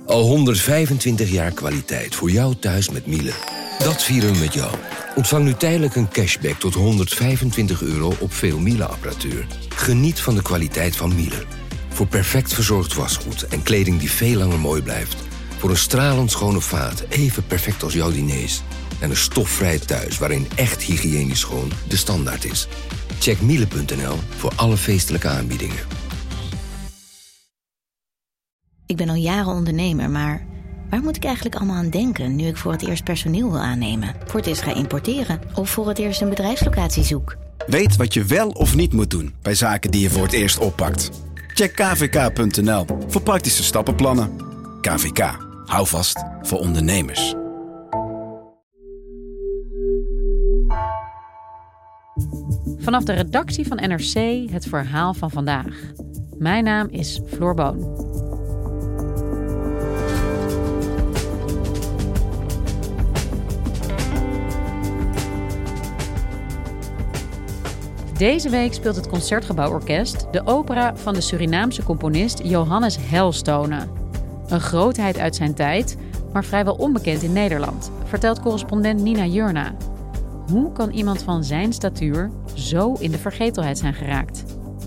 Al 125 jaar kwaliteit voor jou thuis met Miele. Dat vieren we met jou. Ontvang nu tijdelijk een cashback tot €125 op veel Miele-apparatuur. Geniet van de kwaliteit van Miele. Voor perfect verzorgd wasgoed en kleding die veel langer mooi blijft. Voor een stralend schone vaat, even perfect als jouw diners. En een stofvrij thuis waarin echt hygiënisch schoon de standaard is. Check miele.nl voor alle feestelijke aanbiedingen. Ik ben al jaren ondernemer, maar waar moet ik eigenlijk allemaal aan denken nu ik voor het eerst personeel wil aannemen, voor het eerst ga importeren of voor het eerst een bedrijfslocatie zoek? Weet wat je wel of niet moet doen bij zaken die je voor het eerst oppakt. Check kvk.nl voor praktische stappenplannen. KVK. Hou vast voor ondernemers. Vanaf de redactie van NRC het verhaal van vandaag. Mijn naam is Floor Boon. Deze week speelt het Concertgebouworkest de opera van de Surinaamse componist Johannes Hailstone. Een grootheid uit zijn tijd, maar vrijwel onbekend in Nederland, vertelt correspondent Nina Jurna. Hoe kan iemand van zijn statuur zo in de vergetelheid zijn geraakt?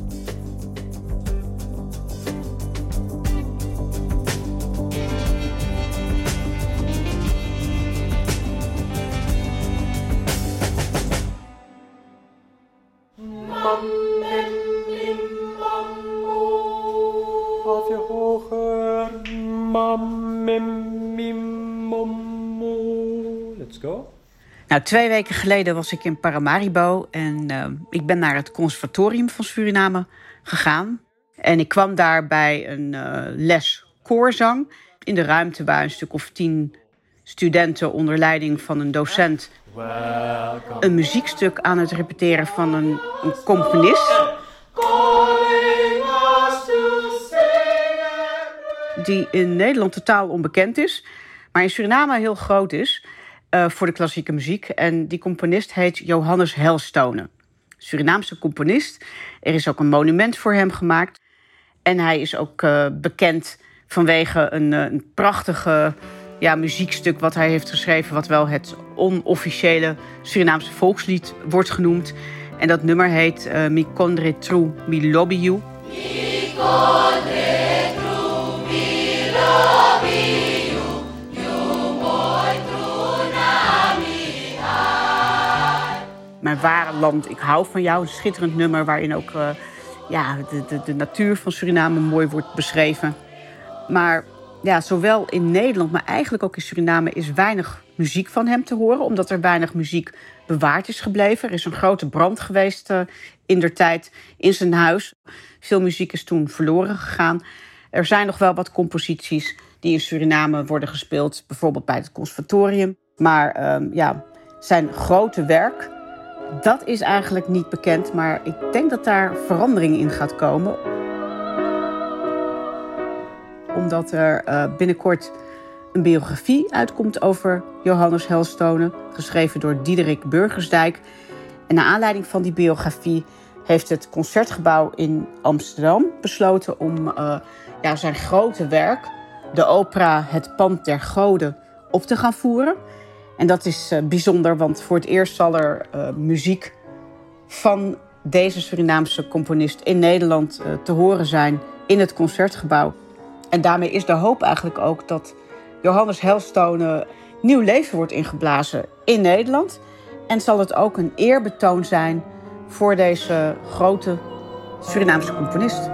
Let's go. Nou, 2 weken geleden was ik in Paramaribo en ik ben naar het conservatorium van Suriname gegaan. En ik kwam daar bij een les koorzang. In de ruimte waren een stuk of 10 studenten onder leiding van een docent een muziekstuk aan het repeteren van een componist. Die in Nederland totaal onbekend is, maar in Suriname heel groot is voor de klassieke muziek. En die componist heet Johannes Hailstone. Surinaamse componist. Er is ook een monument voor hem gemaakt. En hij is ook bekend vanwege een prachtige muziekstuk wat hij heeft geschreven, wat wel het onofficiële Surinaamse volkslied wordt genoemd. En dat nummer heet Mi Kondre Tru Mi Lobby You. Mijn ware land, ik hou van jou. Een schitterend nummer waarin ook de natuur van Suriname mooi wordt beschreven. Maar ja, zowel in Nederland, maar eigenlijk ook in Suriname is weinig muziek van hem te horen, omdat er weinig muziek bewaard is gebleven. Er is een grote brand geweest indertijd in zijn huis. Veel muziek is toen verloren gegaan. Er zijn nog wel wat composities die in Suriname worden gespeeld, bijvoorbeeld bij het conservatorium. Maar zijn grote werk, dat is eigenlijk niet bekend, maar ik denk dat daar verandering in gaat komen. Omdat er binnenkort een biografie uitkomt over Johannes Hailstone, geschreven door Diederik Burgersdijk. En naar aanleiding van die biografie heeft het Concertgebouw in Amsterdam besloten om zijn grote werk, de opera Het Pand der Goden, op te gaan voeren. En dat is bijzonder, want voor het eerst zal er muziek van deze Surinaamse componist in Nederland te horen zijn in het Concertgebouw. En daarmee is de hoop eigenlijk ook dat Johannes Hailstone nieuw leven wordt ingeblazen in Nederland. En zal het ook een eerbetoon zijn voor deze grote Surinaamse componist. Oh,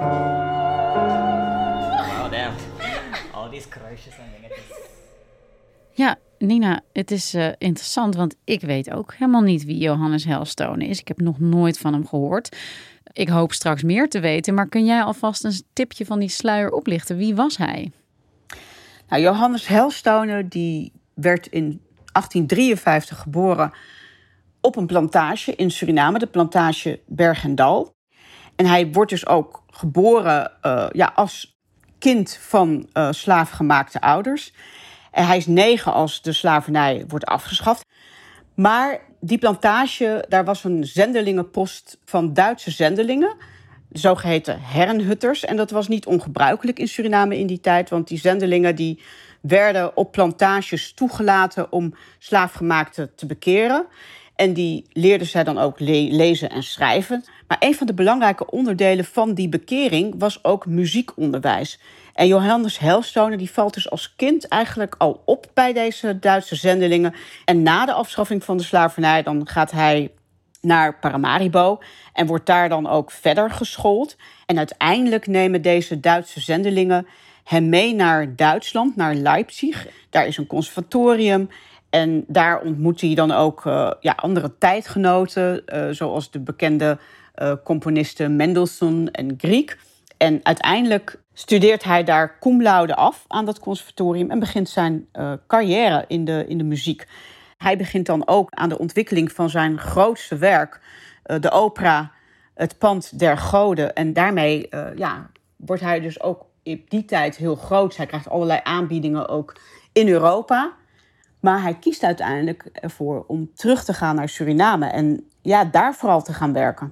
damn. Al die kruisjes en dingetjes. Ja, Nina, het is interessant, want ik weet ook helemaal niet wie Johannes Hailstone is. Ik heb nog nooit van hem gehoord. Ik hoop straks meer te weten, maar kun jij alvast een tipje van die sluier oplichten? Wie was hij? Nou, Johannes Hailstone die werd in 1853 geboren op een plantage in Suriname, de plantage Berg en Dal. En hij wordt dus ook geboren als kind van slaafgemaakte ouders. En hij is 9 als de slavernij wordt afgeschaft. Maar die plantage, daar was een zendelingenpost van Duitse zendelingen. zogeheten herrenhutters. En dat was niet ongebruikelijk in Suriname in die tijd, want die zendelingen die werden op plantages toegelaten om slaafgemaakten te bekeren. En die leerden zij dan ook lezen en schrijven. Maar een van de belangrijke onderdelen van die bekering was ook muziekonderwijs. En Johannes Hailstone die valt dus als kind eigenlijk al op bij deze Duitse zendelingen. En na de afschaffing van de slavernij dan gaat hij naar Paramaribo en wordt daar dan ook verder geschoold. En uiteindelijk nemen deze Duitse zendelingen hem mee naar Duitsland, naar Leipzig. Daar is een conservatorium en daar ontmoet hij dan ook andere tijdgenoten, zoals de bekende componisten Mendelssohn en Grieg. En uiteindelijk studeert hij daar cum laude af aan dat conservatorium en begint zijn carrière in de muziek. Hij begint dan ook aan de ontwikkeling van zijn grootste werk, de opera Het Pand der Goden. En daarmee wordt hij dus ook in die tijd heel groot. Hij krijgt allerlei aanbiedingen ook in Europa. Maar hij kiest uiteindelijk ervoor om terug te gaan naar Suriname en daar vooral te gaan werken.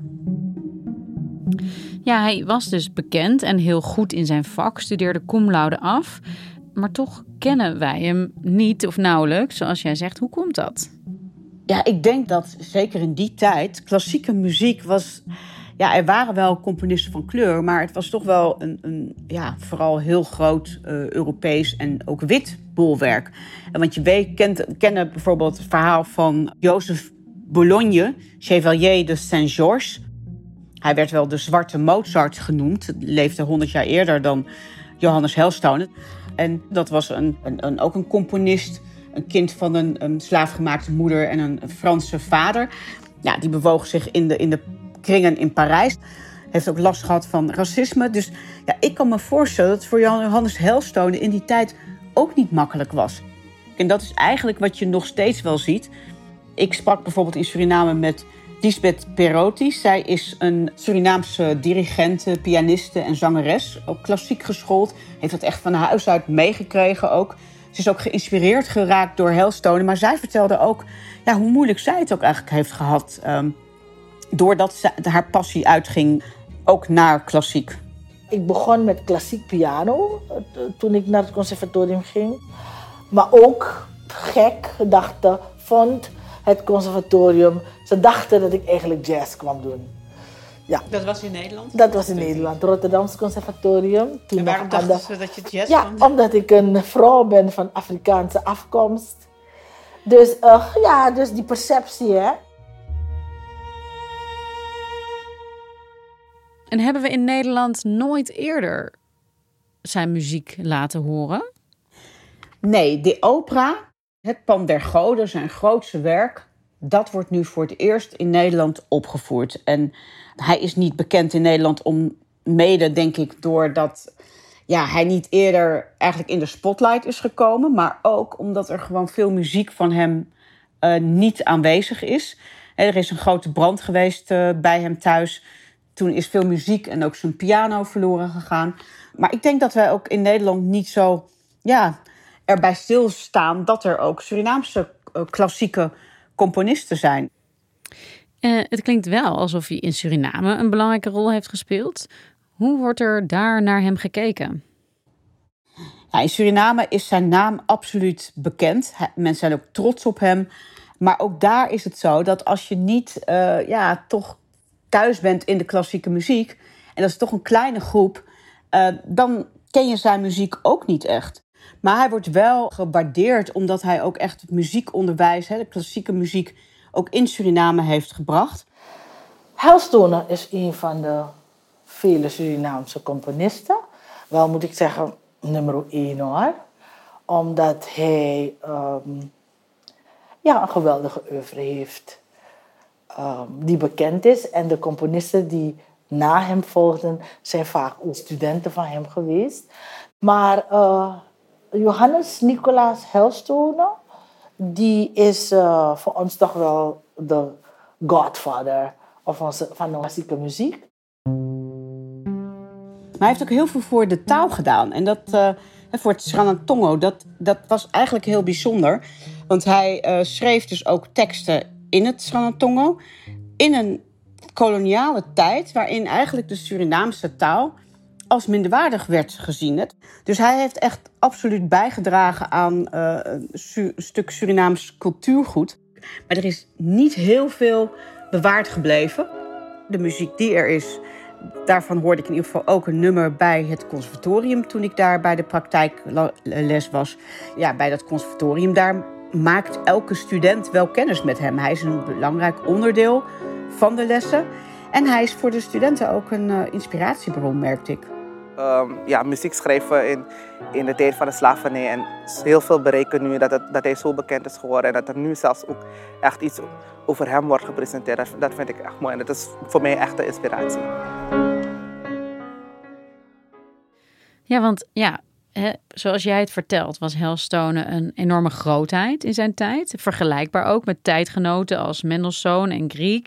Ja, hij was dus bekend en heel goed in zijn vak, studeerde cum laude af. Maar toch kennen wij hem niet of nauwelijks, zoals jij zegt. Hoe komt dat? Ja, ik denk dat zeker in die tijd klassieke muziek was. Ja, er waren wel componisten van kleur, maar het was toch wel een vooral heel groot Europees en ook wit bolwerk. En want je kennen bijvoorbeeld het verhaal van Joseph Bologne, Chevalier de Saint-Georges. Hij werd wel de zwarte Mozart genoemd, leefde 100 jaar eerder dan Johannes Hailstone. En dat was ook een componist, een kind van een slaafgemaakte moeder en een Franse vader. Ja, die bewoog zich in de kringen in Parijs. Heeft ook last gehad van racisme. Dus ja, ik kan me voorstellen dat het voor Johannes Hailstone in die tijd ook niet makkelijk was. En dat is eigenlijk wat je nog steeds wel ziet. Ik sprak bijvoorbeeld in Suriname met Lisbeth Perotti. Zij is een Surinaamse dirigente, pianiste en zangeres. Ook klassiek geschoold. Heeft dat echt van huis uit meegekregen ook. Ze is ook geïnspireerd geraakt door Hailstone. Maar zij vertelde ook hoe moeilijk zij het ook eigenlijk heeft gehad. Doordat haar passie uitging ook naar klassiek. Ik begon met klassiek piano toen ik naar het conservatorium ging. Maar ook gek vond het conservatorium. Ze dachten dat ik eigenlijk jazz kwam doen. Ja. Dat was in Nederland? Dat was in Nederland, Rotterdamse conservatorium. Toen en waarom dachten ze dat je jazz kwam doen? Ja, omdat ik een vrouw ben van Afrikaanse afkomst. Dus dus die perceptie, hè. En hebben we in Nederland nooit eerder zijn muziek laten horen? Nee, de opera, Het Pand der Goden, zijn grootste werk, dat wordt nu voor het eerst in Nederland opgevoerd. En hij is niet bekend in Nederland mede, denk ik, doordat hij niet eerder eigenlijk in de spotlight is gekomen, maar ook omdat er gewoon veel muziek van hem niet aanwezig is. Er is een grote brand geweest bij hem thuis. Toen is veel muziek en ook zijn piano verloren gegaan. Maar ik denk dat wij ook in Nederland niet zo erbij stilstaan dat er ook Surinaamse klassieke componisten zijn. Het klinkt wel alsof hij in Suriname een belangrijke rol heeft gespeeld. Hoe wordt er daar naar hem gekeken? Ja, in Suriname is zijn naam absoluut bekend. Mensen zijn ook trots op hem. Maar ook daar is het zo dat als je niet toch thuis bent in de klassieke muziek, en dat is toch een kleine groep, dan ken je zijn muziek ook niet echt. Maar hij wordt wel gewaardeerd omdat hij ook echt het muziekonderwijs, de klassieke muziek, ook in Suriname heeft gebracht. Hailstone is een van de vele Surinaamse componisten. Wel moet ik zeggen, nummer 1 hoor. Omdat hij een geweldige oeuvre heeft. Die bekend is. En de componisten die na hem volgden zijn vaak ook studenten van hem geweest. Maar Johannes Nicolaas Hailstone, die is voor ons toch wel de godfather van de klassieke muziek. Maar hij heeft ook heel veel voor de taal gedaan. En dat voor het Sranantongo, dat was eigenlijk heel bijzonder. Want hij schreef dus ook teksten in het Sranantongo in een koloniale tijd waarin eigenlijk de Surinaamse taal als minderwaardig werd gezien. Dus hij heeft echt absoluut bijgedragen aan een stuk Surinaams cultuurgoed. Maar er is niet heel veel bewaard gebleven. De muziek die er is, daarvan hoorde ik in ieder geval ook een nummer bij het conservatorium toen ik daar bij de praktijkles was. Ja, bij dat conservatorium, daar maakt elke student wel kennis met hem. Hij is een belangrijk onderdeel van de lessen. En hij is voor de studenten ook een inspiratiebron, merkte ik. Muziek schrijven in de tijd van de slavernij. En heel veel bereiken nu dat hij zo bekend is geworden. En dat er nu zelfs ook echt iets over hem wordt gepresenteerd. Dat vind ik echt mooi. En dat is voor mij echt een inspiratie. Ja, want zoals jij het vertelt, was Hailstone een enorme grootheid in zijn tijd. Vergelijkbaar ook met tijdgenoten als Mendelssohn en Grieg.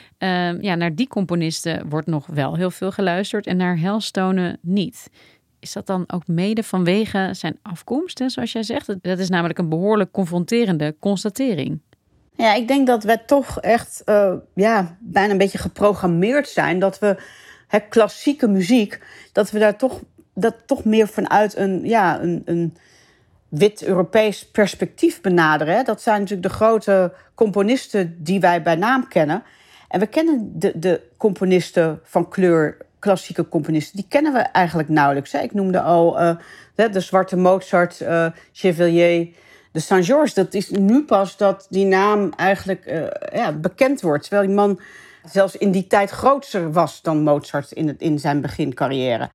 Naar die componisten wordt nog wel heel veel geluisterd en naar Hailstone niet. Is dat dan ook mede vanwege zijn afkomst, hè, zoals jij zegt? Dat is namelijk een behoorlijk confronterende constatering. Ja, ik denk dat we toch echt bijna een beetje geprogrammeerd zijn. Dat we klassieke muziek, dat we daar toch meer vanuit een wit Europees perspectief benaderen. Hè. Dat zijn natuurlijk de grote componisten die wij bij naam kennen. En we kennen de componisten van kleur, klassieke componisten, die kennen we eigenlijk nauwelijks. Hè. Ik noemde al de zwarte Mozart, Chevalier, de Saint-Georges. Dat is nu pas dat die naam eigenlijk bekend wordt. Terwijl die man zelfs in die tijd groter was dan Mozart in zijn begincarrière.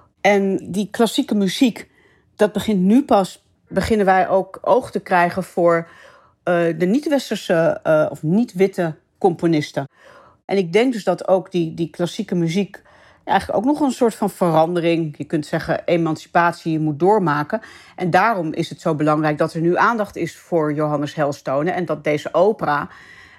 En die klassieke muziek, dat begint nu pas, beginnen wij ook oog te krijgen voor de niet-westerse of niet-witte componisten. En ik denk dus dat ook die klassieke muziek eigenlijk ook nog een soort van verandering, je kunt zeggen emancipatie, moet doormaken. En daarom is het zo belangrijk dat er nu aandacht is voor Johannes Hailstone en dat deze opera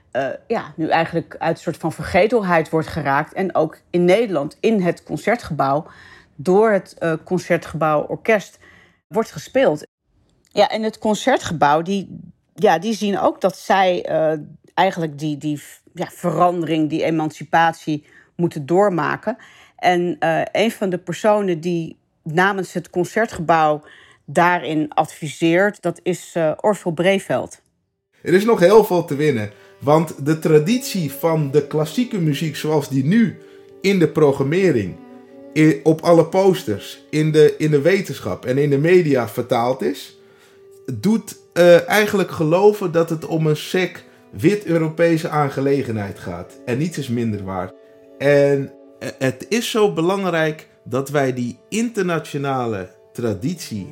nu eigenlijk uit een soort van vergetelheid wordt geraakt. En ook in Nederland, in het Concertgebouw, door het Concertgebouw Orkest wordt gespeeld. Ja, en het Concertgebouw, die zien ook dat zij eigenlijk die verandering, die emancipatie moeten doormaken. En een van de personen die namens het Concertgebouw daarin adviseert, dat is Orville Breveld. Er is nog heel veel te winnen, want de traditie van de klassieke muziek zoals die nu in de programmering, op alle posters, in de wetenschap en in de media vertaald is, doet eigenlijk geloven dat het om een sec wit-Europese aangelegenheid gaat. En niets is minder waar. En het is zo belangrijk dat wij die internationale traditie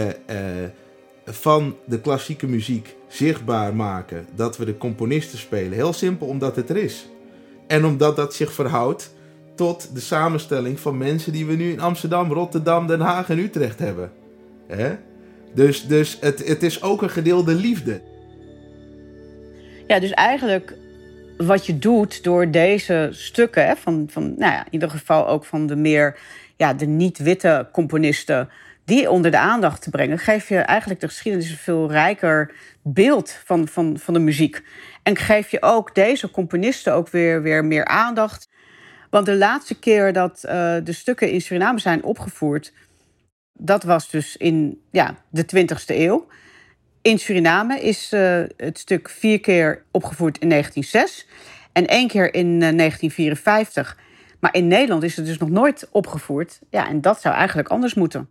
van de klassieke muziek zichtbaar maken. Dat we de componisten spelen. Heel simpel, omdat het er is. En omdat dat zich verhoudt tot de samenstelling van mensen die we nu in Amsterdam, Rotterdam, Den Haag en Utrecht hebben. Dus het is ook een gedeelde liefde. Ja, dus eigenlijk wat je doet door deze stukken, in ieder geval ook van de meer de niet-witte componisten, die onder de aandacht te brengen, geef je eigenlijk de geschiedenis een veel rijker beeld van de muziek. En geef je ook deze componisten ook weer meer aandacht. Want de laatste keer dat de stukken in Suriname zijn opgevoerd, dat was dus in de 20e eeuw. In Suriname is het stuk 4 keer opgevoerd in 1906 en 1 keer in 1954. Maar in Nederland is het dus nog nooit opgevoerd. Ja, en dat zou eigenlijk anders moeten.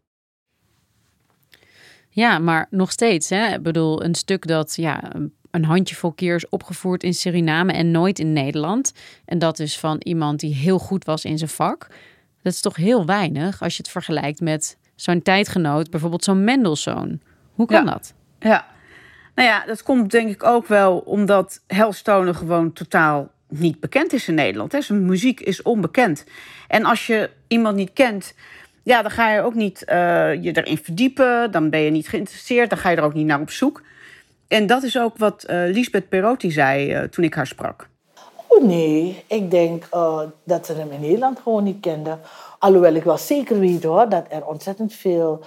Ja, maar nog steeds, hè? Ik bedoel, een stuk dat een handjevol keer is opgevoerd in Suriname en nooit in Nederland. En dat is van iemand die heel goed was in zijn vak. Dat is toch heel weinig als je het vergelijkt met zo'n tijdgenoot, bijvoorbeeld zo'n Mendelssohn. Hoe kan dat? Ja, dat komt denk ik ook wel omdat Hailstone gewoon totaal niet bekend is in Nederland. Hè. Zijn muziek is onbekend. En als je iemand niet kent, dan ga je ook niet je erin verdiepen. Dan ben je niet geïnteresseerd. Dan ga je er ook niet naar op zoek. En dat is ook wat Lisbeth Perotti zei toen ik haar sprak. Oh nee, ik denk dat ze hem in Nederland gewoon niet kenden. Alhoewel ik wel zeker weet hoor, dat er ontzettend veel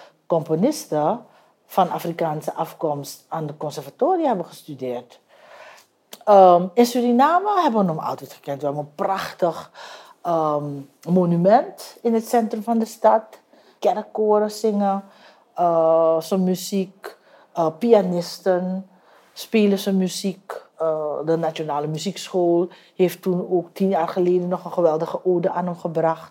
componisten van Afrikaanse afkomst aan de conservatoria hebben gestudeerd. In Suriname hebben we hem altijd gekend. We hebben een prachtig monument in het centrum van de stad. Kerkkoren zingen, zijn muziek, pianisten spelen zijn muziek. De Nationale Muziekschool heeft toen ook 10 jaar geleden nog een geweldige ode aan hem gebracht.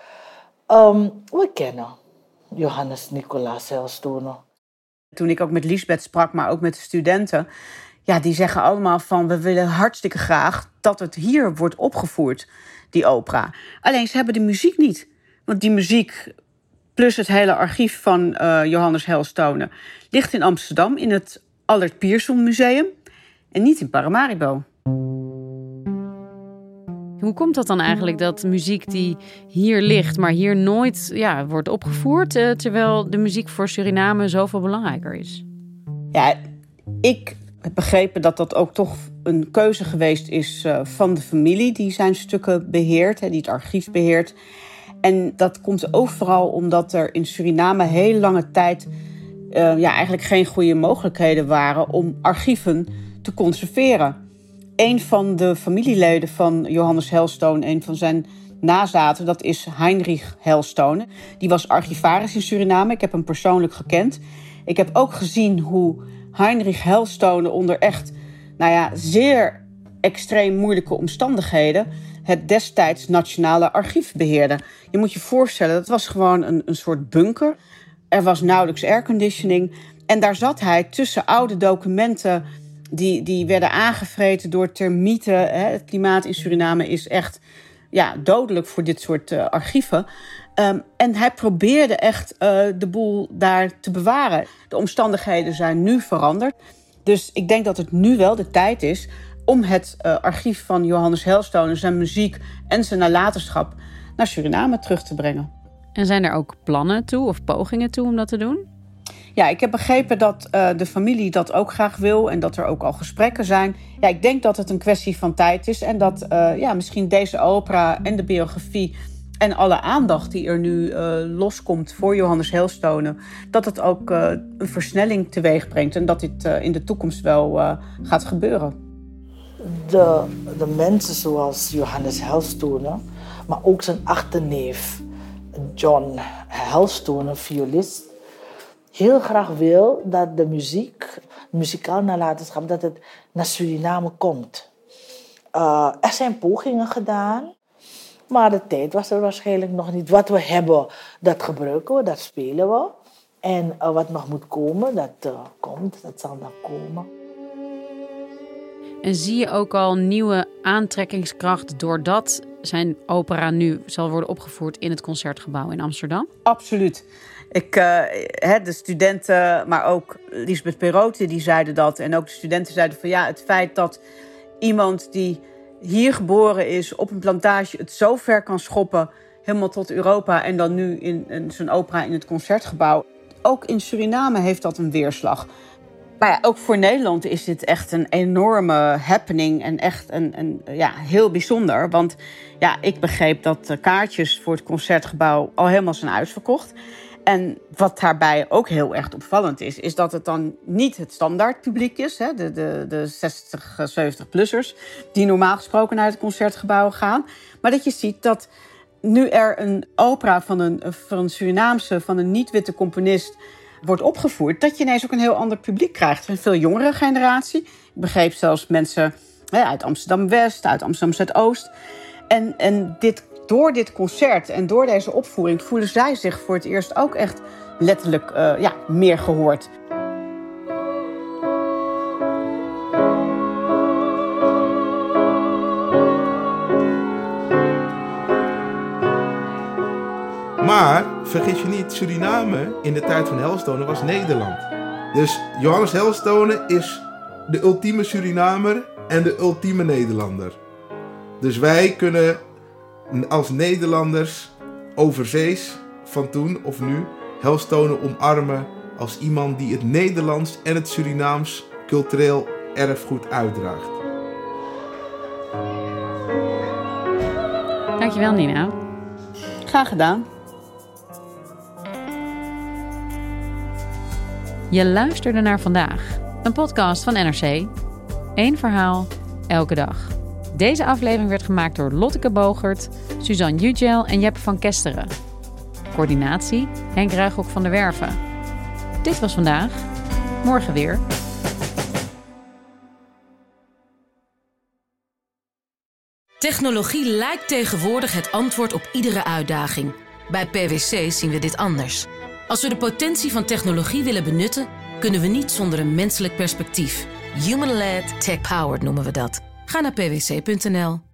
We kennen Johannes Nicolaas Helstone. Toen ik ook met Liesbeth sprak, maar ook met de studenten, ja, die zeggen allemaal van, we willen hartstikke graag dat het hier wordt opgevoerd, die opera. Alleen ze hebben de muziek niet. Want die muziek, plus het hele archief van Johannes Helstone, ligt in Amsterdam in het Allert Pierson Museum en niet in Paramaribo. Hoe komt dat dan eigenlijk dat muziek die hier ligt, maar hier nooit wordt opgevoerd, terwijl de muziek voor Suriname zoveel belangrijker is? Ja, ik heb begrepen dat dat ook toch een keuze geweest is van de familie die zijn stukken beheert, die het archief beheert. En dat komt ook vooral omdat er in Suriname heel lange tijd eigenlijk geen goede mogelijkheden waren om archieven te conserveren. Een van de familieleden van Johannes Helstone, een van zijn nazaten, dat is Heinrich Helstone. Die was archivaris in Suriname. Ik heb hem persoonlijk gekend. Ik heb ook gezien hoe Heinrich Helstone onder echt zeer extreem moeilijke omstandigheden het destijds Nationale Archief beheerde. Je moet je voorstellen, dat was gewoon een soort bunker. Er was nauwelijks airconditioning. En daar zat hij tussen oude documenten die werden aangevreten door termieten. Het klimaat in Suriname is echt dodelijk voor dit soort archieven. En hij probeerde echt de boel daar te bewaren. De omstandigheden zijn nu veranderd. Dus ik denk dat het nu wel de tijd is om het archief van Johannes Helstone, zijn muziek en zijn nalatenschap naar Suriname terug te brengen. En zijn er ook plannen toe of pogingen toe om dat te doen? Ja, ik heb begrepen dat de familie dat ook graag wil en dat er ook al gesprekken zijn. Ja, ik denk dat het een kwestie van tijd is en dat misschien deze opera en de biografie en alle aandacht die er nu loskomt voor Johannes Helstone, dat het ook een versnelling teweeg brengt en dat dit in de toekomst wel gaat gebeuren. De mensen zoals Johannes Helstone, maar ook zijn achterneef John Helstone, een violist, heel graag wil dat de muzikaal nalatenschap, dat het naar Suriname komt. Er zijn pogingen gedaan, maar de tijd was er waarschijnlijk nog niet. Wat we hebben, dat gebruiken we, dat spelen we. En wat nog moet komen, dat zal dan komen. En zie je ook al nieuwe aantrekkingskracht doordat zijn opera nu zal worden opgevoerd in het Concertgebouw in Amsterdam? Absoluut. De studenten, maar ook Liesbeth Perotti, die zeiden dat. En ook de studenten zeiden van het feit dat iemand die hier geboren is op een plantage het zo ver kan schoppen, helemaal tot Europa en dan nu in zijn opera in het Concertgebouw. Ook in Suriname heeft dat een weerslag. Maar ook voor Nederland is dit echt een enorme happening en echt heel bijzonder. Want ik begreep dat de kaartjes voor het Concertgebouw al helemaal zijn uitverkocht. En wat daarbij ook heel erg opvallend is dat het dan niet het standaard publiek is, de 60, 70-plussers, die normaal gesproken naar het Concertgebouw gaan. Maar dat je ziet dat nu er een opera van een Surinaamse, van een niet-witte componist wordt opgevoerd, dat je ineens ook een heel ander publiek krijgt. Een veel jongere generatie. Ik begreep zelfs mensen uit Amsterdam-West, uit Amsterdam-Zuidoost. En door dit concert en door deze opvoering voelen zij zich voor het eerst ook echt letterlijk meer gehoord. Maar vergis je niet, Suriname in de tijd van Helstone was Nederland. Dus Johannes Helstone is de ultieme Surinamer en de ultieme Nederlander. Dus wij kunnen als Nederlanders overzees van toen of nu Helstone omarmen als iemand die het Nederlands en het Surinaams cultureel erfgoed uitdraagt. Dankjewel, Nina. Graag gedaan. Je luisterde naar Vandaag, een podcast van NRC. Eén verhaal, elke dag. Deze aflevering werd gemaakt door Lotteke Bogert, Suzanne Yücel en Jeppe van Kesteren. Coördinatie Henk Ruigrok van der Werven. Dit was vandaag. Morgen weer. Technologie lijkt tegenwoordig het antwoord op iedere uitdaging. Bij PwC zien we dit anders. Als we de potentie van technologie willen benutten, kunnen we niet zonder een menselijk perspectief. Human-led, tech-powered noemen we dat. Ga naar pwc.nl.